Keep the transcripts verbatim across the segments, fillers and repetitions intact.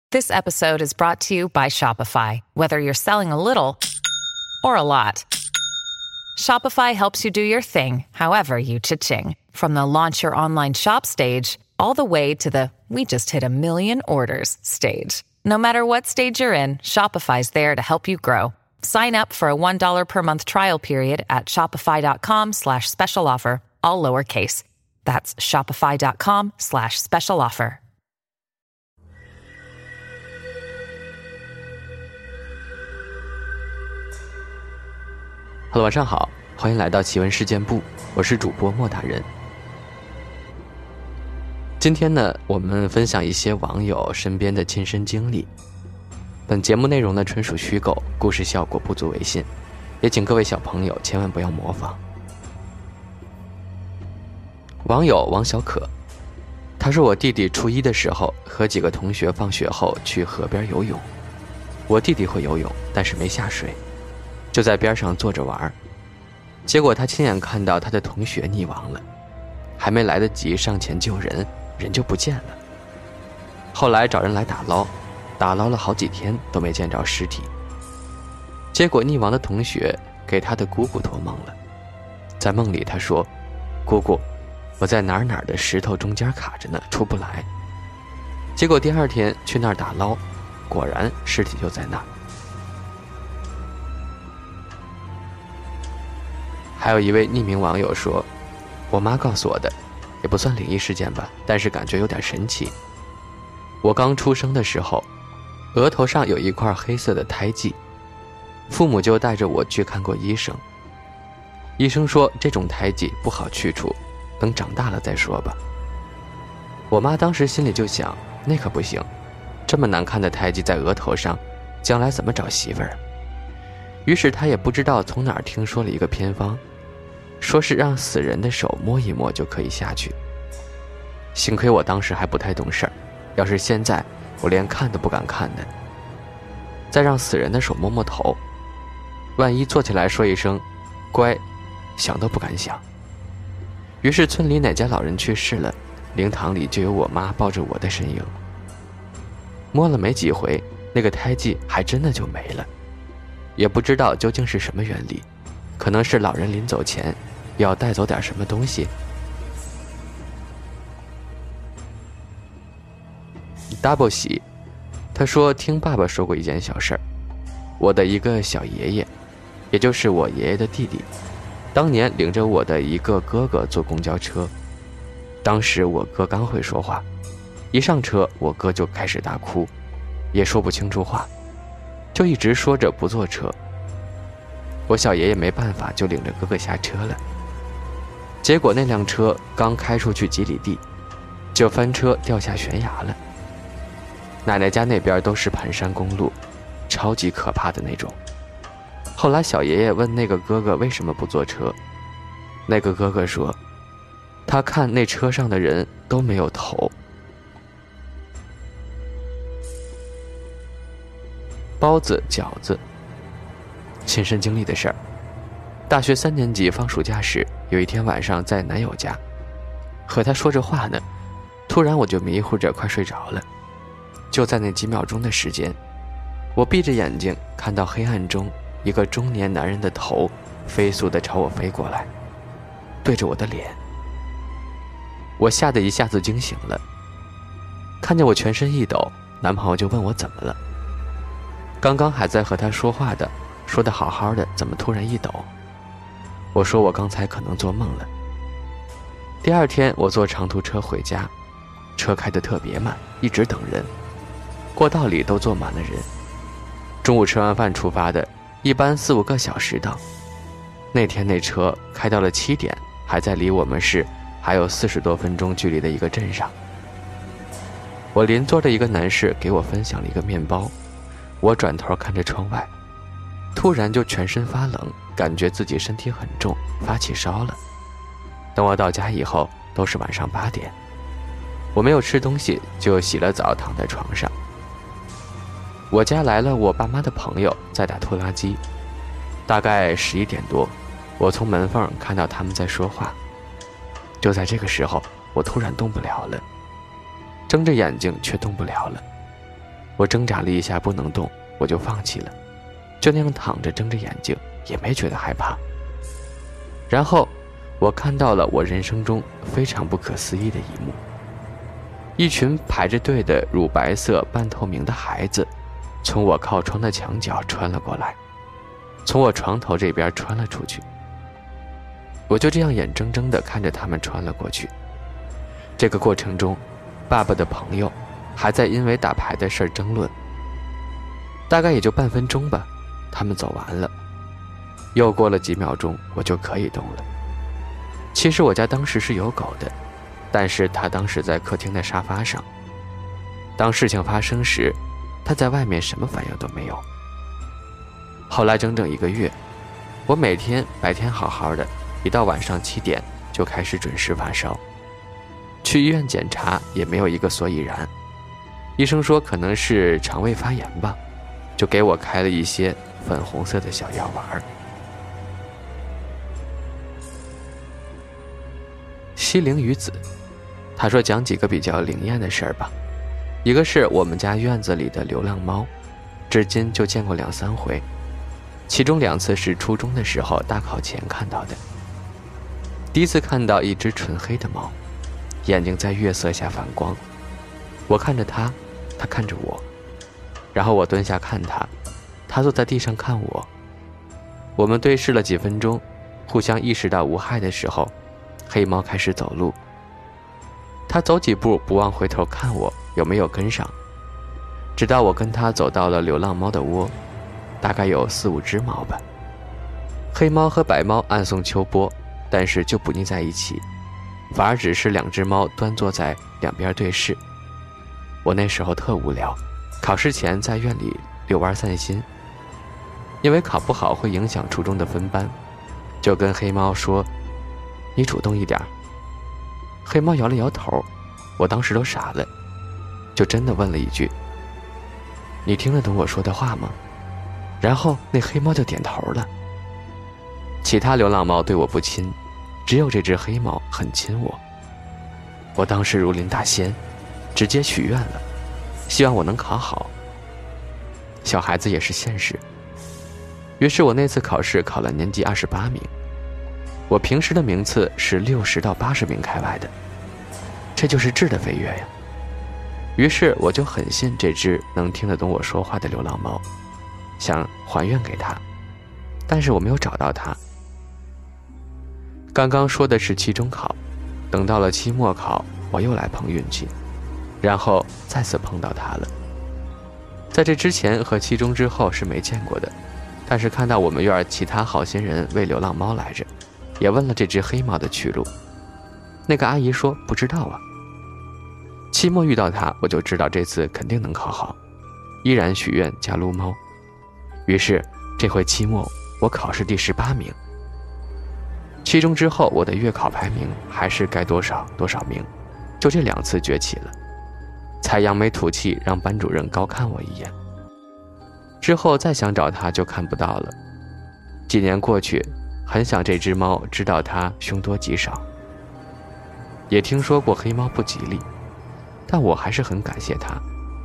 This episode is brought to you by Shopify. Whether you're selling a little or a lot, Shopify helps you do your thing, however you cha-ching. From the launch your online shop stage, all the way to the we just hit a million orders stage. No matter what stage you're in, Shopify's there to help you grow. Sign up for a one dollar per month trial period at shopify.com slash special offer, all lowercase. That's shopify.com slash special offer. Hello， 晚上好，欢迎来到奇闻事件部，我是主播莫大人。今天呢，我们分享一些网友身边的亲身经历。本节目内容呢纯属虚构，故事效果不足为信，也请各位小朋友千万不要模仿。网友王小可，他说我弟弟初一的时候和几个同学放学后去河边游泳，我弟弟会游泳，但是没下水，就在边上坐着玩，结果他亲眼看到他的同学溺亡了，还没来得及上前救人，人就不见了。后来找人来打捞，打捞了好几天都没见着尸体。结果溺亡的同学给他的姑姑托梦了，在梦里他说：“姑姑，我在哪儿哪儿的石头中间卡着呢，出不来。”结果第二天去那儿打捞，果然尸体就在那儿。还有一位匿名网友说，我妈告诉我的，也不算灵异事件吧，但是感觉有点神奇。我刚出生的时候，额头上有一块黑色的胎记，父母就带着我去看过医生。医生说这种胎记不好去除，等长大了再说吧。我妈当时心里就想，那可不行，这么难看的胎记在额头上，将来怎么找媳妇儿？于是她也不知道从哪儿听说了一个偏方，说是让死人的手摸一摸就可以下去。幸亏我当时还不太懂事儿，要是现在我连看都不敢看的。再让死人的手摸摸头，万一坐起来说一声乖，想都不敢想。于是村里哪家老人去世了，灵堂里就有我妈抱着我的身影。摸了没几回，那个胎记还真的就没了，也不知道究竟是什么原理，可能是老人临走前要带走点什么东西。Double 喜，他说听爸爸说过一件小事儿，我的一个小爷爷，也就是我爷爷的弟弟，当年领着我的一个哥哥坐公交车，当时我哥刚会说话，一上车我哥就开始大哭，也说不清楚话，就一直说着不坐车。我小爷爷没办法，就领着哥哥下车了。结果那辆车刚开出去几里地，就翻车掉下悬崖了。奶奶家那边都是盘山公路，超级可怕的那种。后来小爷爷问那个哥哥为什么不坐车，那个哥哥说，他看那车上的人都没有头。包子饺子，亲身经历的事儿。大学三年级放暑假时，有一天晚上在男友家，和他说着话呢，突然我就迷糊着快睡着了。就在那几秒钟的时间，我闭着眼睛看到黑暗中一个中年男人的头飞速地朝我飞过来，对着我的脸。我吓得一下子惊醒了，看见我全身一抖，男朋友就问我怎么了。刚刚还在和他说话的，说得好好的，怎么突然一抖？我说我刚才可能做梦了。第二天我坐长途车回家，车开得特别慢，一直等人，过道里都坐满了人。中午吃完饭出发的，一般四五个小时到。那天那车开到了七点，还在离我们市还有四十多分钟距离的一个镇上。我邻座的一个男士给我分享了一个面包，我转头看着窗外，突然就全身发冷，感觉自己身体很重，发起烧了。等我到家以后，都是晚上八点，我没有吃东西，就洗了澡，躺在床上。我家来了我爸妈的朋友在打拖拉机，大概十一点多，我从门缝看到他们在说话。就在这个时候，我突然动不了了，睁着眼睛却动不了了。 我挣扎了一下不能动，我就放弃了，就那样躺着睁着眼睛，也没觉得害怕。然后我看到了我人生中非常不可思议的一幕，一群排着队的乳白色半透明的孩子从我靠窗的墙角穿了过来，从我床头这边穿了出去。我就这样眼睁睁地看着他们穿了过去。这个过程中，爸爸的朋友还在因为打牌的事儿争论。大概也就半分钟吧，他们走完了。又过了几秒钟，我就可以动了。其实我家当时是有狗的，但是它当时在客厅的沙发上。当事情发生时，它在外面什么反应都没有。后来整整一个月，我每天白天好好的，一到晚上七点就开始准时发烧。去医院检查也没有一个所以然，医生说可能是肠胃发炎吧，就给我开了一些粉红色的小药丸。西陵鱼子，他说讲几个比较灵验的事儿吧。一个是我们家院子里的流浪猫，至今就见过两三回，其中两次是初中的时候大考前看到的。第一次看到一只纯黑的猫，眼睛在月色下反光，我看着它，它看着我，然后我蹲下看它，它坐在地上看我。我们对视了几分钟，互相意识到无害的时候，黑猫开始走路。它走几步不忘回头看我有没有跟上，直到我跟它走到了流浪猫的窝，大概有四五只猫吧。黑猫和白猫暗送秋波，但是就不腻在一起，反而只是两只猫端坐在两边对视。我那时候特无聊，考试前在院里遛弯散心，因为考不好会影响初中的分班，就跟黑猫说：“你主动一点。”黑猫摇了摇头，我当时都傻了，就真的问了一句：“你听得懂我说的话吗？”然后那黑猫就点头了。其他流浪猫对我不亲，只有这只黑猫很亲我。我当时如临大仙，直接许愿了，希望我能考好。小孩子也是现实，于是我那次考试考了年级二十八名，我平时的名次是六十到八十名开外的，这就是质的飞跃呀。于是我就很信这只能听得懂我说话的流浪猫，想还愿给它，但是我没有找到它。刚刚说的是期中考，等到了期末考，我又来碰运气，然后再次碰到它了。在这之前和期中之后是没见过的，但是看到我们院其他好心人喂流浪猫来着，也问了这只黑猫的去路。那个阿姨说不知道啊。期末遇到它，我就知道这次肯定能考好，依然许愿加撸猫。于是这回期末我考试第十八名。期中之后我的月考排名还是该多少多少名，就这两次崛起了，才扬眉吐气让班主任高看我一眼。之后再想找它就看不到了。几年过去，很想这只猫知道它凶多吉少。也听说过黑猫不吉利，但我还是很感谢它。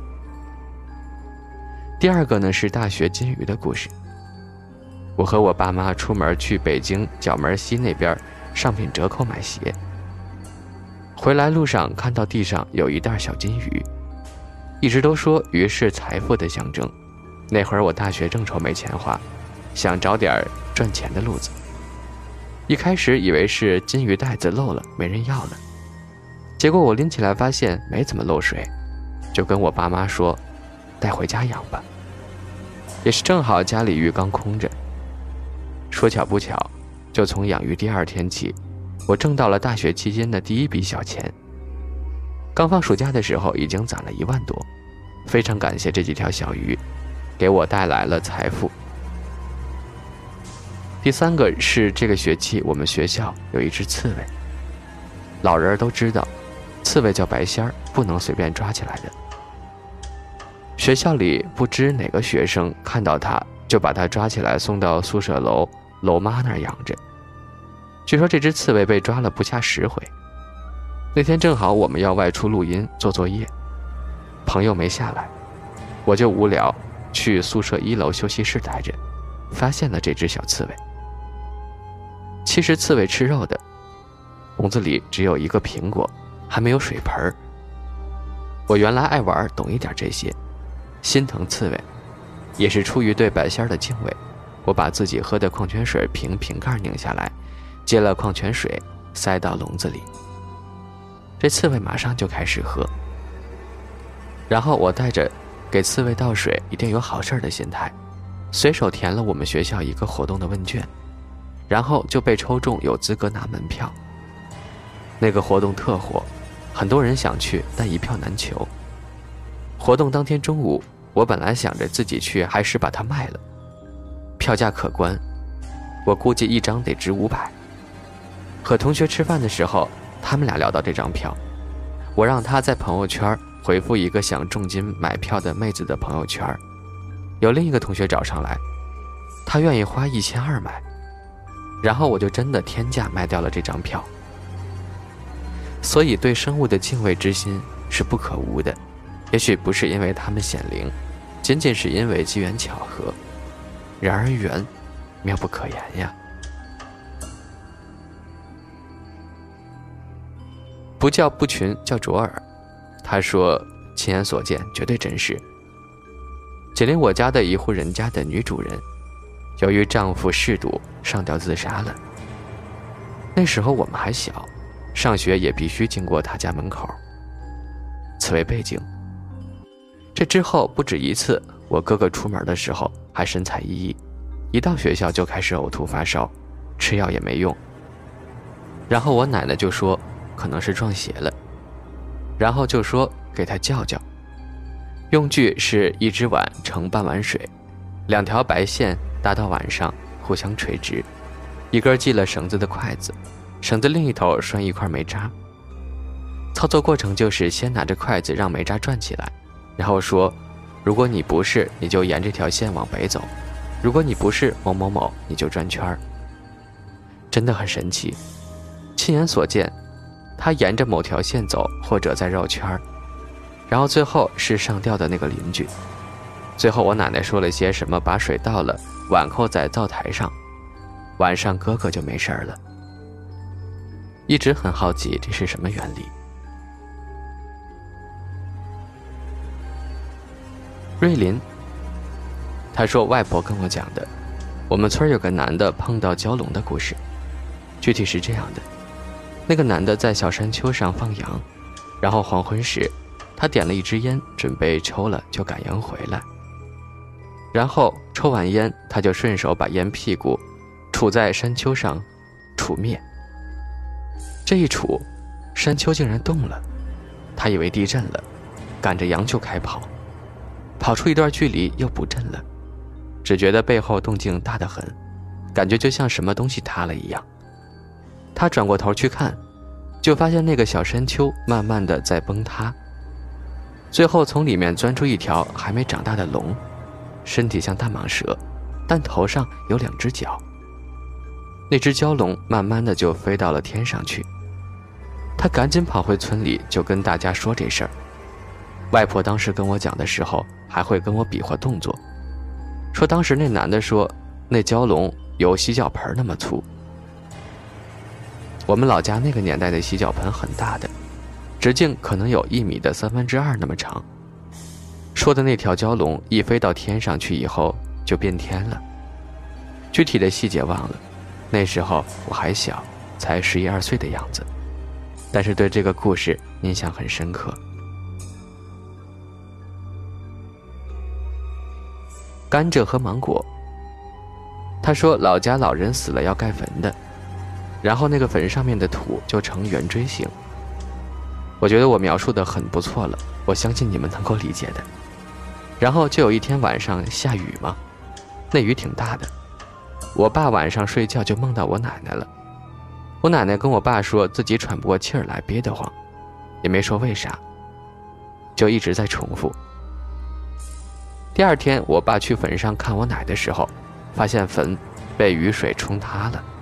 第二个呢是大学金鱼的故事。我和我爸妈出门去北京角门西那边上品折扣买鞋，回来路上看到地上有一袋小金鱼，一直都说鱼是财富的象征。那会儿我大学正愁没钱花，想找点赚钱的路子。一开始以为是金鱼袋子漏了没人要了，结果我拎起来发现没怎么漏水，就跟我爸妈说带回家养吧。也是正好家里鱼缸空着，说巧不巧，就从养鱼第二天起，我挣到了大学期间的第一笔小钱。刚放暑假的时候已经攒了一万多，非常感谢这几条小鱼给我带来了财富。第三个是这个学期我们学校有一只刺猬，老人都知道刺猬叫白仙儿，不能随便抓起来的。学校里不知哪个学生看到它就把它抓起来送到宿舍楼楼妈那儿养着。据说这只刺猬被抓了不下十回。那天正好我们要外出录音做作业，朋友没下来， 我就无聊去宿舍一楼休息室待着，发现了这只小刺猬。其实刺猬吃肉的，笼子里只有一个苹果，还没有水盆。我原来爱玩，懂一点这些，心疼刺猬，也是出于对白仙的敬畏，我把自己喝的矿泉水瓶瓶盖拧下来，接了矿泉水塞到笼子里。这刺猬马上就开始喝，然后我带着给刺猬倒水一定有好事的心态，随手填了我们学校一个活动的问卷，然后就被抽中有资格拿门票。那个活动特火，很多人想去，但一票难求。活动当天中午，我本来想着自己去还是把它卖了，票价可观，我估计一张得值五百。和同学吃饭的时候，他们俩聊到这张票，我让他在朋友圈回复一个想重金买票的妹子的朋友圈，有另一个同学找上来，他愿意花一千二买，然后我就真的天价卖掉了这张票。所以对生物的敬畏之心是不可无的，也许不是因为它们显灵，仅仅是因为机缘巧合。然而缘，妙不可言呀。不叫不群，叫卓尔。他说亲眼所见，绝对真实。紧邻我家的一户人家的女主人，由于丈夫嗜赌上吊自杀了。那时候我们还小，上学也必须经过他家门口。此为背景。这之后不止一次，我哥哥出门的时候还神采奕奕，一到学校就开始呕吐发烧，吃药也没用。然后我奶奶就说可能是撞邪了，然后就说给他叫叫。用具是一只碗盛半碗水，两条白线搭到碗上互相垂直，一根系了绳子的筷子，绳子另一头拴一块煤渣。操作过程就是先拿着筷子让煤渣转起来，然后说如果你不是，你就沿这条线往北走，如果你不是某某某，你就转圈。真的很神奇，亲眼所见，他沿着某条线走，或者在绕圈，然后最后是上吊的那个邻居。最后我奶奶说了些什么，把水倒了，碗扣在灶台上，晚上哥哥就没事了。一直很好奇这是什么原理。瑞林，他说外婆跟我讲的，我们村有个男的碰到蛟龙的故事。具体是这样的，那个男的在小山丘上放羊，然后黄昏时他点了一支烟，准备抽了就赶羊回来，然后抽完烟他就顺手把烟屁股杵在山丘上杵灭。这一杵，山丘竟然动了，他以为地震了，赶着羊就开跑，跑出一段距离又不震了，只觉得背后动静大得很，感觉就像什么东西塌了一样。他转过头去看，就发现那个小山丘慢慢的在崩塌，最后从里面钻出一条还没长大的龙，身体像大蟒蛇，但头上有两只脚。那只蛟龙慢慢的就飞到了天上去。他赶紧跑回村里，就跟大家说这事儿。外婆当时跟我讲的时候，还会跟我比划动作，说当时那男的说那蛟龙有洗脚盆那么粗。我们老家那个年代的洗脚盆很大的，直径可能有一米的三分之二那么长。说的那条蛟龙一飞到天上去以后就变天了，具体的细节忘了，那时候我还小，才十一二岁的样子，但是对这个故事印象很深刻。甘蔗和芒果，他说老家老人死了要盖坟的，然后那个坟上面的土就呈圆锥形。我觉得我描述的很不错了，我相信你们能够理解的。然后就有一天晚上下雨嘛，那雨挺大的，我爸晚上睡觉就梦到我奶奶了。我奶奶跟我爸说自己喘不过气儿来，憋得慌，也没说为啥，就一直在重复。第二天我爸去坟上看我奶的时候，发现坟被雨水冲塌了。